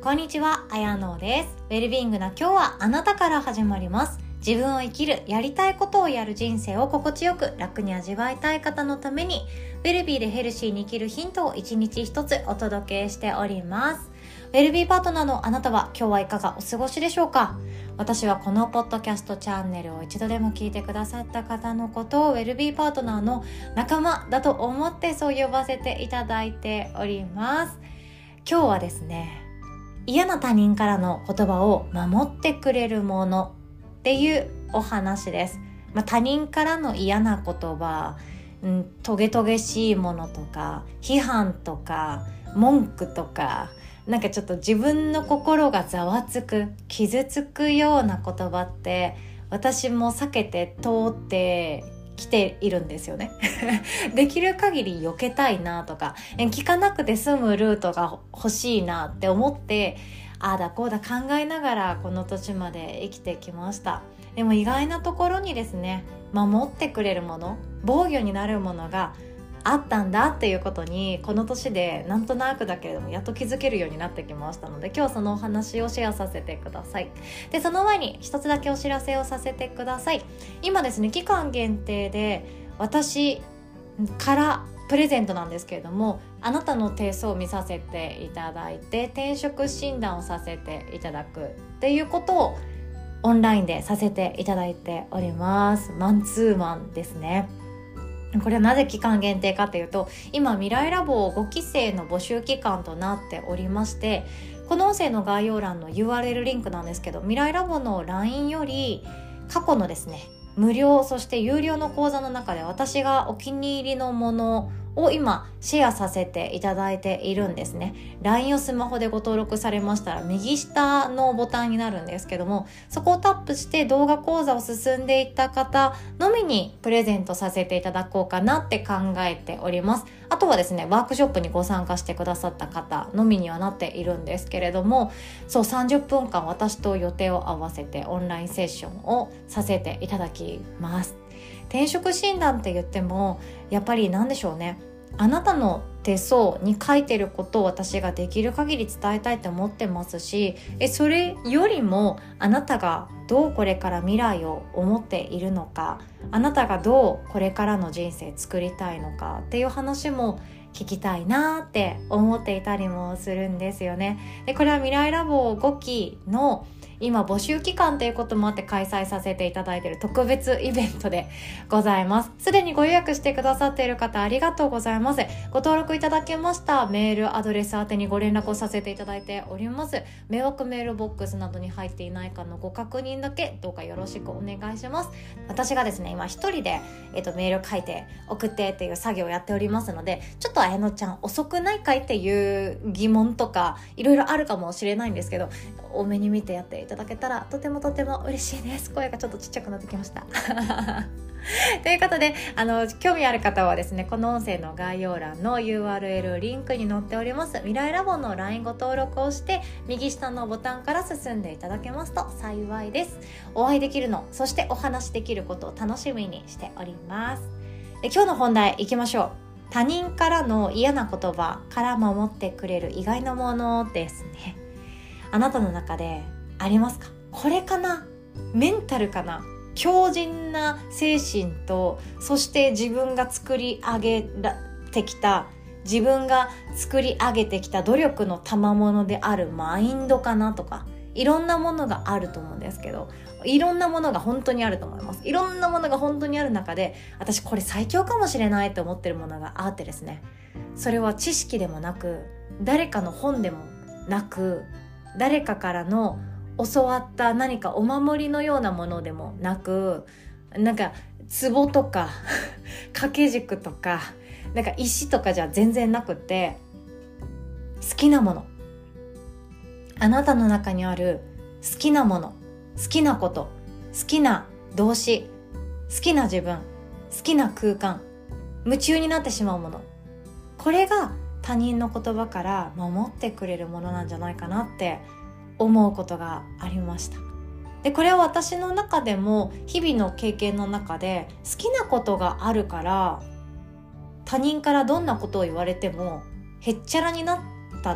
こんにちは、あやのです。ウェルビーイングな今日はあなたから始まります。自分を生きる、やりたいことをやる人生を心地よく楽に味わいたい方のために、ウェルビーでヘルシーに生きるヒントを一日一つお届けしております。ウェルビーパートナーのあなたは今日はいかがお過ごしでしょうか？私はこのポッドキャストチャンネルを一度でも聞いてくださった方のことをウェルビーパートナーの仲間だと思ってそう呼ばせていただいております。今日はですね、嫌な他人からの言葉を守ってくれるものっていうお話です。他人からの嫌な言葉、トゲトゲしいものとか批判とか文句とか、なんかちょっと自分の心がざわつく、傷つくような言葉って私も避けて通ってきているんですよねできる限り避けたいなとか、聞かなくて済むルートが欲しいなって思って、ああだこうだ考えながらこの年まで生きてきました。でも意外なところにですね、守ってくれるもの、防御になるものがあったんだっていうことに、この年でなんとなくだけれどもやっと気づけるようになってきましたので、今日はそのお話をシェアさせてください。で、その前に一つだけお知らせをさせてください。今ですね、期間限定で私からプレゼントなんですけれども、あなたの点数を見させていただいて転職診断をさせていただくっていうことをオンラインでさせていただいております。マンツーマンですね。これはなぜ期間限定かというと、今未来ラボ5期生の募集期間となっておりまして、この音声の概要欄の URL リンクなんですけど、未来ラボの LINE より過去のですね、無料そして有料の講座の中で私がお気に入りのものを今シェアさせていただいているんですね。 LINE をスマホでご登録されましたら右下のボタンになるんですけども、そこをタップして動画講座を進んでいった方のみにプレゼントさせていただこうかなって考えております。あとはですね、ワークショップにご参加してくださった方のみにはなっているんですけれども、そう30分間私と予定を合わせてオンラインセッションをさせていただきます。転職診断って言ってもやっぱり何でしょうね、あなたの手相に書いてることを私ができる限り伝えたいと思ってますし、それよりもあなたがどうこれから未来を思っているのか、あなたがどうこれからの人生作りたいのかっていう話も聞きたいなって思っていたりもするんですよね。で、これは未来ラボ5期の今募集期間ということもあって開催させていただいている特別イベントでございます。すでにご予約してくださっている方ありがとうございます。ご登録いただけましたメールアドレス宛てにご連絡をさせていただいております。迷惑メールボックスなどに入っていないかのご確認だけどうかよろしくお願いします。私がですね、今一人で、メール書いて送ってっていう作業をやっておりますので、ちょっとあやのちゃん遅くないかいっていう疑問とかいろいろあるかもしれないんですけど、多めに見てやっていただけたらとても嬉しいです。声がちょっとちっちゃくなってきましたということで、興味ある方はですね、この音声の概要欄の URL リンクに載っております未来ラボの LINE ご登録をして右下のボタンから進んでいただけますと幸いです。お会いできるの、そしてお話しできることを楽しみにしております。で、今日の本題いきましょう。他人からの嫌な言葉から守ってくれる意外なものですね。あなたの中でありますか？これかな？メンタルかな？強靭な精神と、そして自分が作り上げてきた、自分が作り上げてきた努力の賜物であるマインドかなとか、いろんなものがあると思うんですけど、いろんなものが本当にあると思います。いろんなものが本当にある中で、私これ最強かもしれないと思ってるものがあってですね、それは知識でもなく、誰かの本でもなく、誰かからの教わった何かお守りのようなものでもなく、なんか壺とか掛け軸とかなんか石とかじゃ全然なくて、好きなもの、あなたの中にある好きなもの、好きなこと、好きな動詞、好きな自分、好きな空間、夢中になってしまうもの、これが他人の言葉から守ってくれるものなんじゃないかなって思うことがありました。で、これは私の中でも日々の経験の中で、好きなことがあるから他人からどんなことを言われてもへっちゃらになったな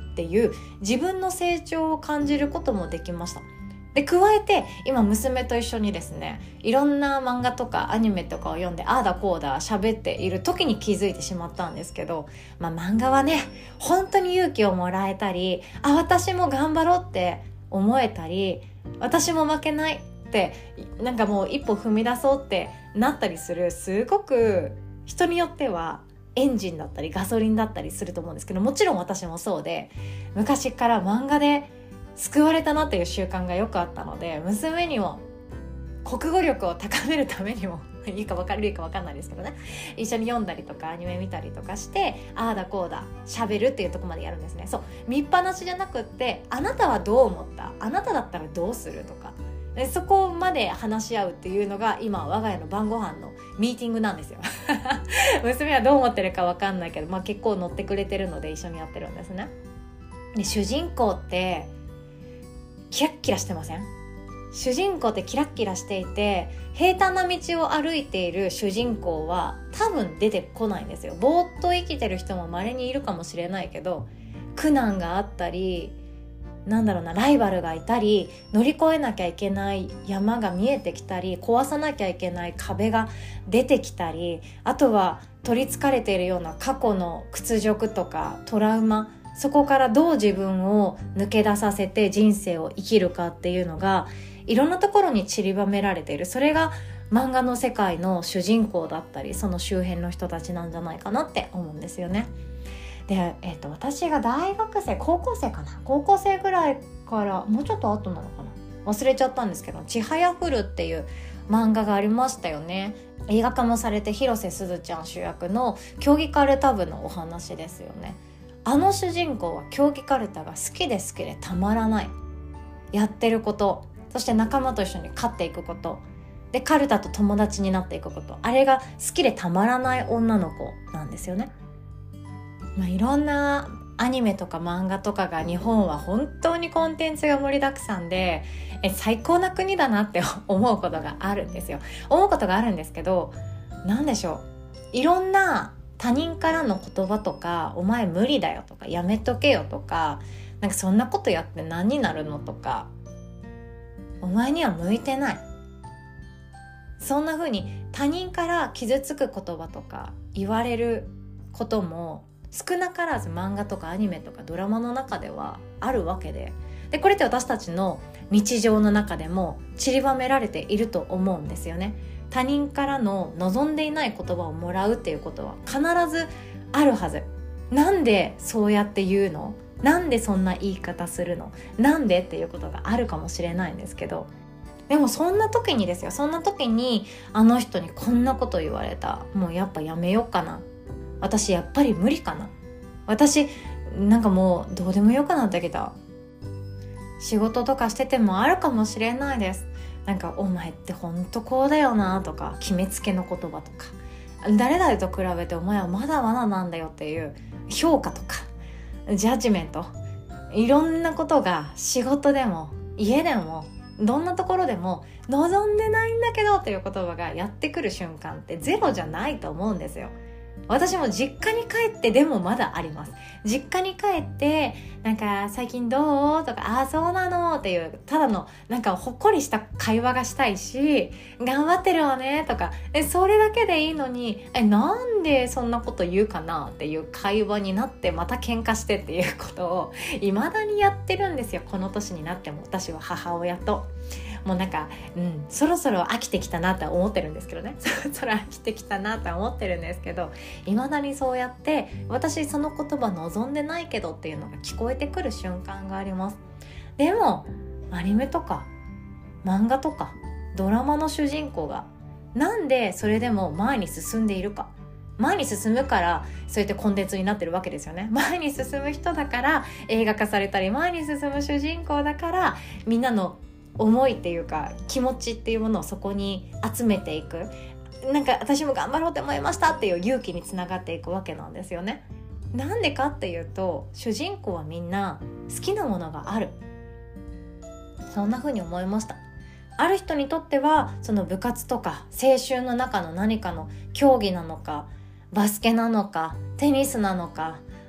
っていう自分の成長を感じることもできました。で加えて今娘と一緒にですね、いろんな漫画とかアニメとかを読んでああだこうだ喋っている時に気づいてしまったんですけど、漫画はね本当に勇気をもらえたり、私も頑張ろうって思えたり、私も負けないってなんかもう一歩踏み出そうってなったりする、すごく人によってはエンジンだったりガソリンだったりすると思うんですけど、もちろん私もそうで、昔から漫画で救われたなっていう習慣がよくあったので、娘にも国語力を高めるためにもいいか分かんないですけどね、一緒に読んだりとかアニメ見たりとかしてああだこうだ喋るっていうところまでやるんですね。そう見っぱなしじゃなくって、あなたはどう思った、あなただったらどうするとか、そこまで話し合うっていうのが今我が家の晩ご飯のミーティングなんですよ娘はどう思ってるか分かんないけど、結構乗ってくれてるので一緒にやってるんですね。で主人公ってキラッキラしてません？主人公ってキラッキラしていて、平坦な道を歩いている主人公は多分出てこないんですよ。ぼーっと生きてる人も稀にいるかもしれないけど、苦難があったり、ライバルがいたり、乗り越えなきゃいけない山が見えてきたり、壊さなきゃいけない壁が出てきたり、あとは取り憑かれているような過去の屈辱とかトラウマ、そこからどう自分を抜け出させて人生を生きるかっていうのがいろんなところに散りばめられている。それが漫画の世界の主人公だったり、その周辺の人たちなんじゃないかなって思うんですよね。で、私が大学生、高校生ぐらいからもうちょっと後なのかな、忘れちゃったんですけど、ちはやふるっていう漫画がありましたよね。映画化もされて広瀬すずちゃん主役の競技かるた部のお話ですよね。あの主人公は競技かるたが好きでたまらない、やってること、そして仲間と一緒に勝っていくことで、かるたと友達になっていくこと、あれが好きでたまらない女の子なんですよね。いろんなアニメとか漫画とかが、日本は本当にコンテンツが盛りだくさんで最高な国だなって思うことがあるんですけど、なんでしょう、いろんな他人からの言葉とか、お前無理だよとか、やめとけよとか、なんかそんなことやって何になるのとか、お前には向いてない、そんな風に他人から傷つく言葉とか言われることも少なからず漫画とかアニメとかドラマの中ではあるわけで、これって私たちの日常の中でも散りばめられていると思うんですよね。他人からの望んでいない言葉をもらうっていうことは必ずあるはず。なんでそうやって言うの？なんでそんな言い方するの？なんでっていうことがあるかもしれないんですけど、でもそんな時にあの人にこんなこと言われた、もうやっぱやめようかな、私やっぱり無理かな、私なんかもうどうでもよくなってきた、仕事とかしててもあるかもしれないです。なんかお前ってほんとこうだよなとか、決めつけの言葉とか、誰々と比べてお前はまだまだなんだよっていう評価とかジャッジメント、いろんなことが仕事でも家でもどんなところでも望んでないんだけどっていう言葉がやってくる瞬間ってゼロじゃないと思うんですよ。私も実家に帰ってでもまだあります。実家に帰ってなんか最近どうとか、あそうなのっていうただのなんかほっこりした会話がしたいし、頑張ってるわねとか、それだけでいいのになんでそんなこと言うかなっていう会話になってまた喧嘩してっていうことを未だにやってるんですよ。この年になっても私は母親ともうなんか、そろそろ飽きてきたなとは思ってるんですけどねそろそろ飽きてきたなとは思ってるんですけど、未だにそうやって私その言葉望んでないけどっていうのが聞こえてくる瞬間があります。でもアニメとか漫画とかドラマの主人公がなんでそれでも前に進んでいるか、前に進むからそうやってコンテンツになってるわけですよね。前に進む人だから映画化されたり、前に進む主人公だからみんなの思いっていうか気持ちっていうものをそこに集めていく、なんか私も頑張ろうと思いましたっていう勇気につながっていくわけなんですよね。なんでかっていうと、主人公はみんな好きなものがある、そんな風に思いました。ある人にとってはその部活とか青春の中の何かの競技なのか、バスケなのか、テニスなのか、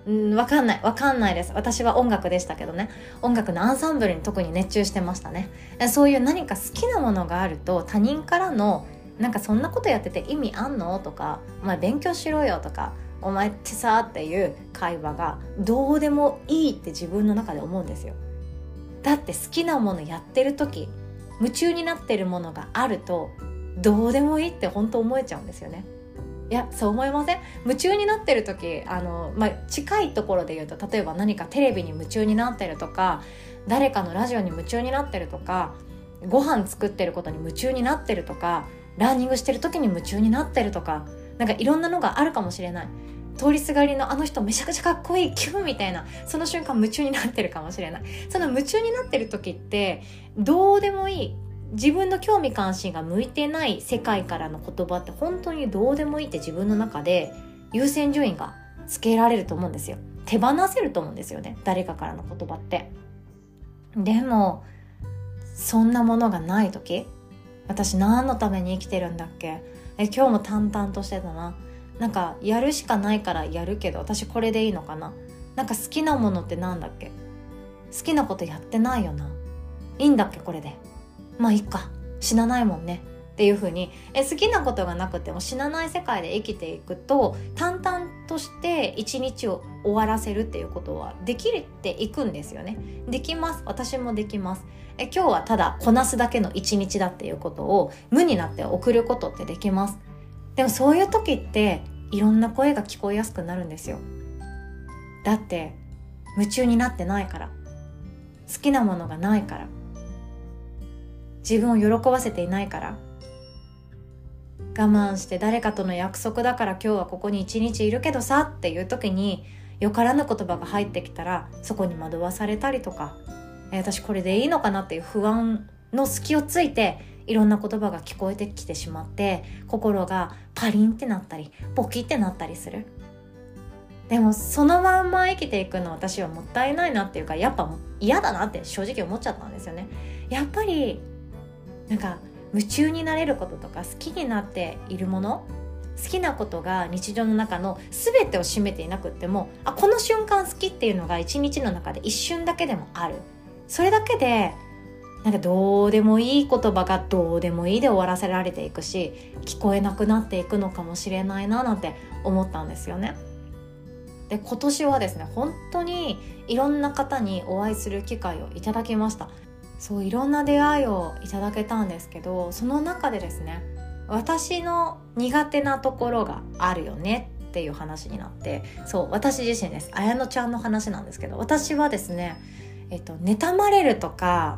わかんないです。私は音楽でしたけどね、音楽のアンサンブルに特に熱中してましたね。そういう何か好きなものがあると、他人からのなんかそんなことやってて意味あんのとか、お前勉強しろよとか、お前ってさっていう会話がどうでもいいって自分の中で思うんですよ。だって好きなものやってる時、夢中になってるものがあるとどうでもいいって本当思えちゃうんですよね。いや、そう思いません？夢中になってる時、近いところで言うと、例えば何かテレビに夢中になってるとか、誰かのラジオに夢中になってるとか、ご飯作ってることに夢中になってるとか、ランニングしてる時に夢中になってるとか、なんかいろんなのがあるかもしれない。通りすがりのあの人めちゃくちゃかっこいいキュンみたいな、その瞬間夢中になってるかもしれない。その夢中になってる時ってどうでもいい、自分の興味関心が向いてない世界からの言葉って本当にどうでもいいって自分の中で優先順位がつけられると思うんですよ。手放せると思うんですよね、誰かからの言葉って。でもそんなものがない時、私何のために生きてるんだっけ、今日も淡々としてたな、なんかやるしかないからやるけど、私これでいいのかな、なんか好きなものってなんだっけ、好きなことやってないよな、いいんだっけこれで、まあいいか、死なないもんねっていう風に、好きなことがなくても死なない世界で生きていくと、淡々として一日を終わらせるっていうことはできていくんですよね。できます。私もできます。今日はただこなすだけの一日だっていうことを無になって送ることってできます。でもそういう時っていろんな声が聞こえやすくなるんですよ。だって夢中になってないから、好きなものがないから、自分を喜ばせていないから、我慢して誰かとの約束だから今日はここに一日いるけどさっていう時によからぬ言葉が入ってきたら、そこに惑わされたりとか、私これでいいのかなっていう不安の隙をついていろんな言葉が聞こえてきてしまって、心がパリンってなったりポキってなったりする。でもそのまんま生きていくの私はもったいないなっていうか、やっぱ嫌だなって正直思っちゃったんですよね。やっぱりなんか夢中になれることとか、好きになっているもの、好きなことが日常の中の全てを占めていなくっても、この瞬間好きっていうのが一日の中で一瞬だけでもある。それだけでなんかどうでもいい言葉がどうでもいいで終わらせられていくし、聞こえなくなっていくのかもしれないななんて思ったんですよね。で、今年はですね、本当にいろんな方にお会いする機会をいただきました。そういろんな出会いをいただけたんですけど、その中でですね、私の苦手なところがあるよねっていう話になって、そう、私自身です。綾乃ちゃんの話なんですけど、私はですね、妬まれるとか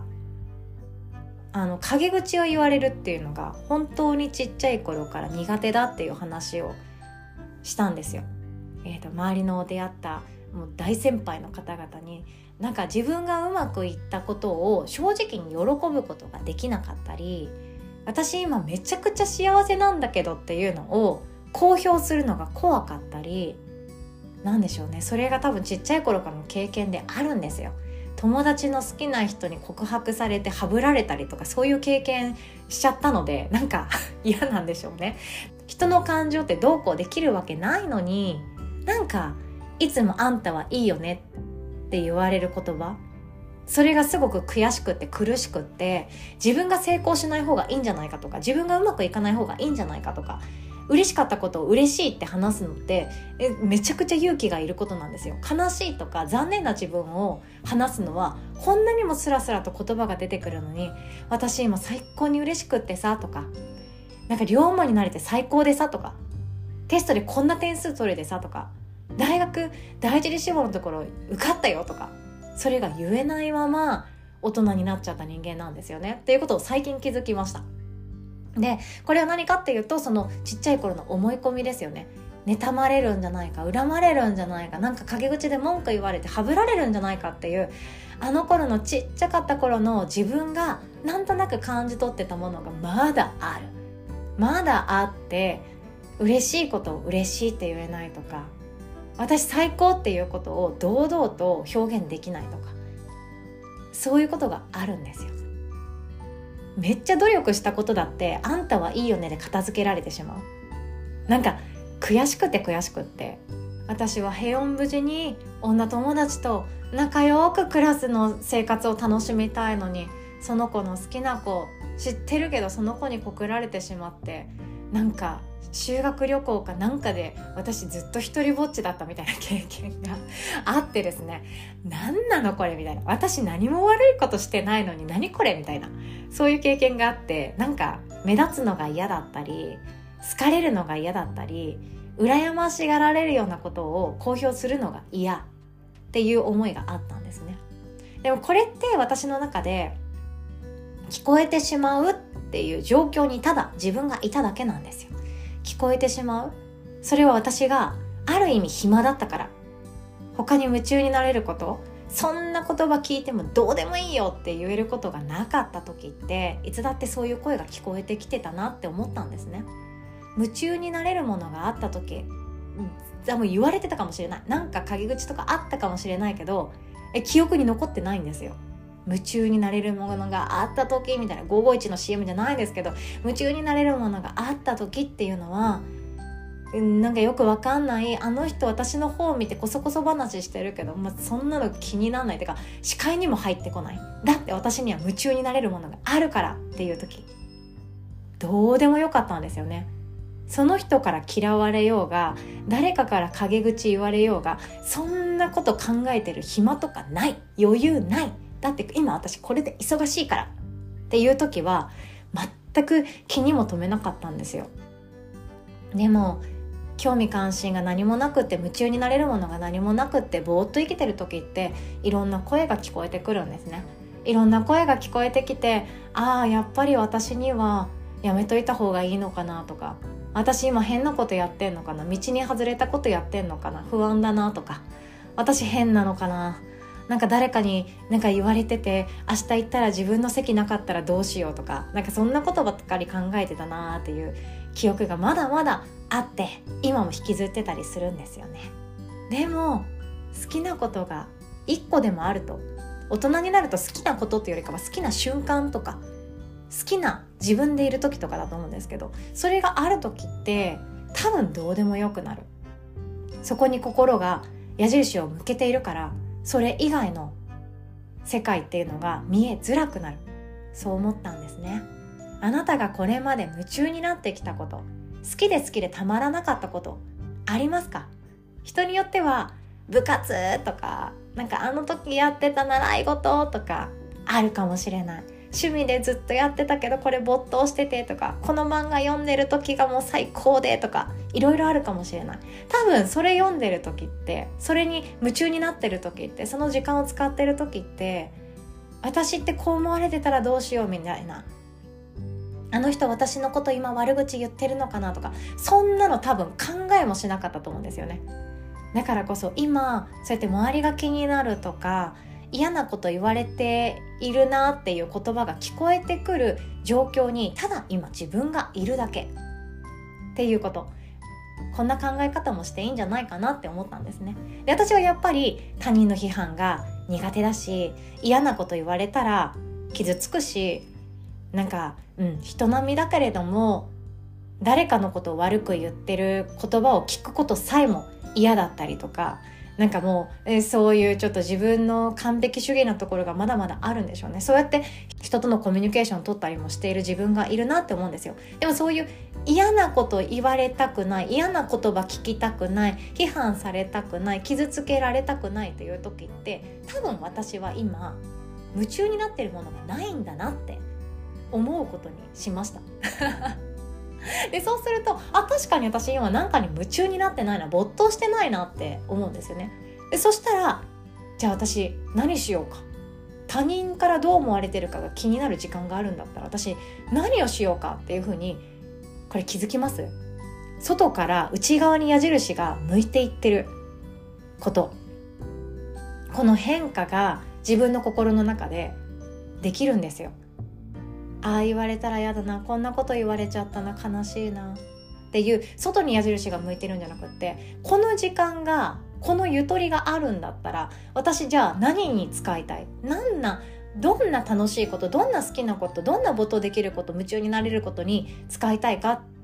陰口を言われるっていうのが本当にちっちゃい頃から苦手だっていう話をしたんですよ。周りの出会ったもう大先輩の方々に、なんか自分がうまくいったことを正直に喜ぶことができなかったり、私今めちゃくちゃ幸せなんだけどっていうのを公表するのが怖かったり、なんでしょうね、それが多分ちっちゃい頃からの経験であるんですよ。友達の好きな人に告白されてハブられたりとか、そういう経験しちゃったので、なんか嫌なんでしょうね。人の感情ってどうこうできるわけないのに、なんかいつもあんたはいいよねって言われる言葉、それがすごく悔しくって苦しくって、自分が成功しない方がいいんじゃないかとか、自分がうまくいかない方がいいんじゃないかとか、嬉しかったことを嬉しいって話すのってめちゃくちゃ勇気がいることなんですよ。悲しいとか残念な自分を話すのはこんなにもスラスラと言葉が出てくるのに、私今最高に嬉しくってさとか、なんか両思いになれて最高でさとか、テストでこんな点数取れてさとか、大学第一志望のところ受かったよとか、それが言えないまま大人になっちゃった人間なんですよねっていうことを最近気づきました。で、これは何かっていうと、そのちっちゃい頃の思い込みですよね。妬まれるんじゃないか、恨まれるんじゃないか、なんか陰口で文句言われてハブられるんじゃないかっていう、あの頃のちっちゃかった頃の自分がなんとなく感じ取ってたものがまだある、まだあって、嬉しいことを嬉しいって言えないとか、私最高っていうことを堂々と表現できないとか、そういうことがあるんですよ。めっちゃ努力したことだってあんたはいいよねで片付けられてしまう。なんか悔しくて私は平穏無事に女友達と仲良くクラスの生活を楽しみたいのに、その子の好きな子知ってるけどその子に告られてしまって、なんか修学旅行かなんかで私ずっと一人ぼっちだったみたいな経験があってですね、何なのこれみたいな、私何も悪いことしてないのに何これみたいな、そういう経験があって、なんか目立つのが嫌だったり好かれるのが嫌だったり羨ましがられるようなことを公表するのが嫌っていう思いがあったんですね。でもこれって私の中で聞こえてしまうっていう状況にただ自分がいただけなんですよ。聞こえてしまう、それは私がある意味暇だったから。他に夢中になれること、そんな言葉聞いてもどうでもいいよって言えることがなかった時って、いつだってそういう声が聞こえてきてたなって思ったんですね。夢中になれるものがあった時、多分言われてたかもしれない、なんか陰口とかあったかもしれないけど、記憶に残ってないんですよ。夢中になれるものがあった時みたいな、551の CM じゃないですけど、夢中になれるものがあった時っていうのは、なんかよくわかんない、あの人私の方を見てこそこそ話してるけど、そんなの気にならないっていうか、視界にも入ってこない、だって私には夢中になれるものがあるからっていう時、どうでもよかったんですよね。その人から嫌われようが、誰かから陰口言われようが、そんなこと考えてる暇とかない、余裕ない、だって今私これで忙しいからっていう時は全く気にも留めなかったんですよ。でも興味関心が何もなくって、夢中になれるものが何もなくって、ぼーっと生きてる時って、いろんな声が聞こえてくるんですね。いろんな声が聞こえてきて、やっぱり私にはやめといた方がいいのかなとか、私今変なことやってんのかな、道に外れたことやってんのかな、不安だなとか、私変なのかな、なんか誰かになんか言われてて、明日行ったら自分の席なかったらどうしようとか、なんかそんなことばっかり考えてたなっていう記憶がまだまだあって、今も引きずってたりするんですよね。でも好きなことが一個でもあると、大人になると好きなことっていうよりかは好きな瞬間とか、好きな自分でいる時とかだと思うんですけど、それがある時って多分どうでもよくなる。そこに心が矢印を向けているから、それ以外の世界っていうのが見えづらくなる、そう思ったんですね。あなたがこれまで夢中になってきたこと、好きで好きでたまらなかったことありますか？人によっては部活とか、なんかあの時やってた習い事とかあるかもしれない。趣味でずっとやってたけどこれ没頭しててとか、この漫画読んでる時がもう最高でとか、いろいろあるかもしれない。多分それ読んでる時って、それに夢中になってる時って、その時間を使ってる時って、私ってこう思われてたらどうしようみたいな、あの人私のこと今悪口言ってるのかなとか、そんなの多分考えもしなかったと思うんですよね。だからこそ今そうやって周りが気になるとか、嫌なこと言われているなっていう言葉が聞こえてくる状況に、ただ今自分がいるだけっていうこと、こんな考え方もしていいんじゃないかなって思ったんですね。で、私はやっぱり他人の批判が苦手だし、嫌なこと言われたら傷つくし、なんか、人並みだけれども誰かのことを悪く言ってる言葉を聞くことさえも嫌だったりとか、なんかもうそういうちょっと自分の完璧主義なところがまだまだあるんでしょうね。そうやって人とのコミュニケーションを取ったりもしている自分がいるなって思うんですよ。でもそういう嫌なこと言われたくない、嫌な言葉聞きたくない、批判されたくない、傷つけられたくないという時って、多分私は今夢中になってるものがないんだなって思うことにしましたで、そうすると確かに私今何かに夢中になってないな、没頭してないなって思うんですよね。で、そしたらじゃあ私何しようか、他人からどう思われてるかが気になる時間があるんだったら私何をしようかっていう風に、これ気づきます？外から内側に矢印が向いていってること、この変化が自分の心の中でできるんですよ。言われたらやだな、こんなこと言われちゃったな、悲しいなっていう外に矢印が向いてるんじゃなくって、この時間が、このゆとりがあるんだったら、私じゃあ何に使いたい、どんな楽しいこと、どんな好きなこと、どんな没頭できること、夢中になれることに使いたいかっ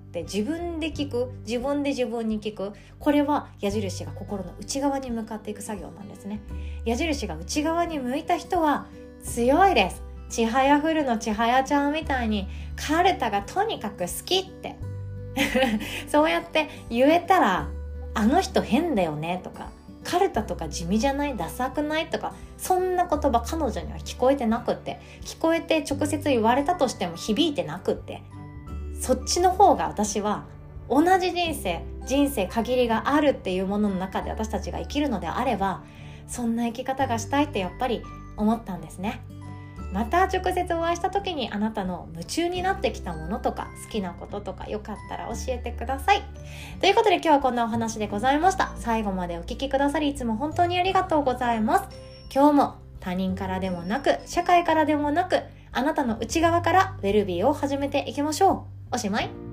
って自分で聞く、自分で自分に聞く、これは矢印が心の内側に向かっていく作業なんですね。矢印が内側に向いた人は強いです。ちはやふるのちはやちゃんみたいにカルタがとにかく好きってそうやって言えたら、あの人変だよねとか、カルタとか地味じゃない、ダサくないとか、そんな言葉彼女には聞こえてなくって、聞こえて直接言われたとしても響いてなくって、そっちの方が私は同じ人生限りがあるっていうものの中で私たちが生きるのであれば、そんな生き方がしたいってやっぱり思ったんですね。また直接お会いした時にあなたの夢中になってきたものとか好きなこととかよかったら教えてください。ということで今日はこんなお話でございました。最後までお聞きくださりいつも本当にありがとうございます。今日も他人からでもなく社会からでもなくあなたの内側からウェルビーを始めていきましょう。おしまい。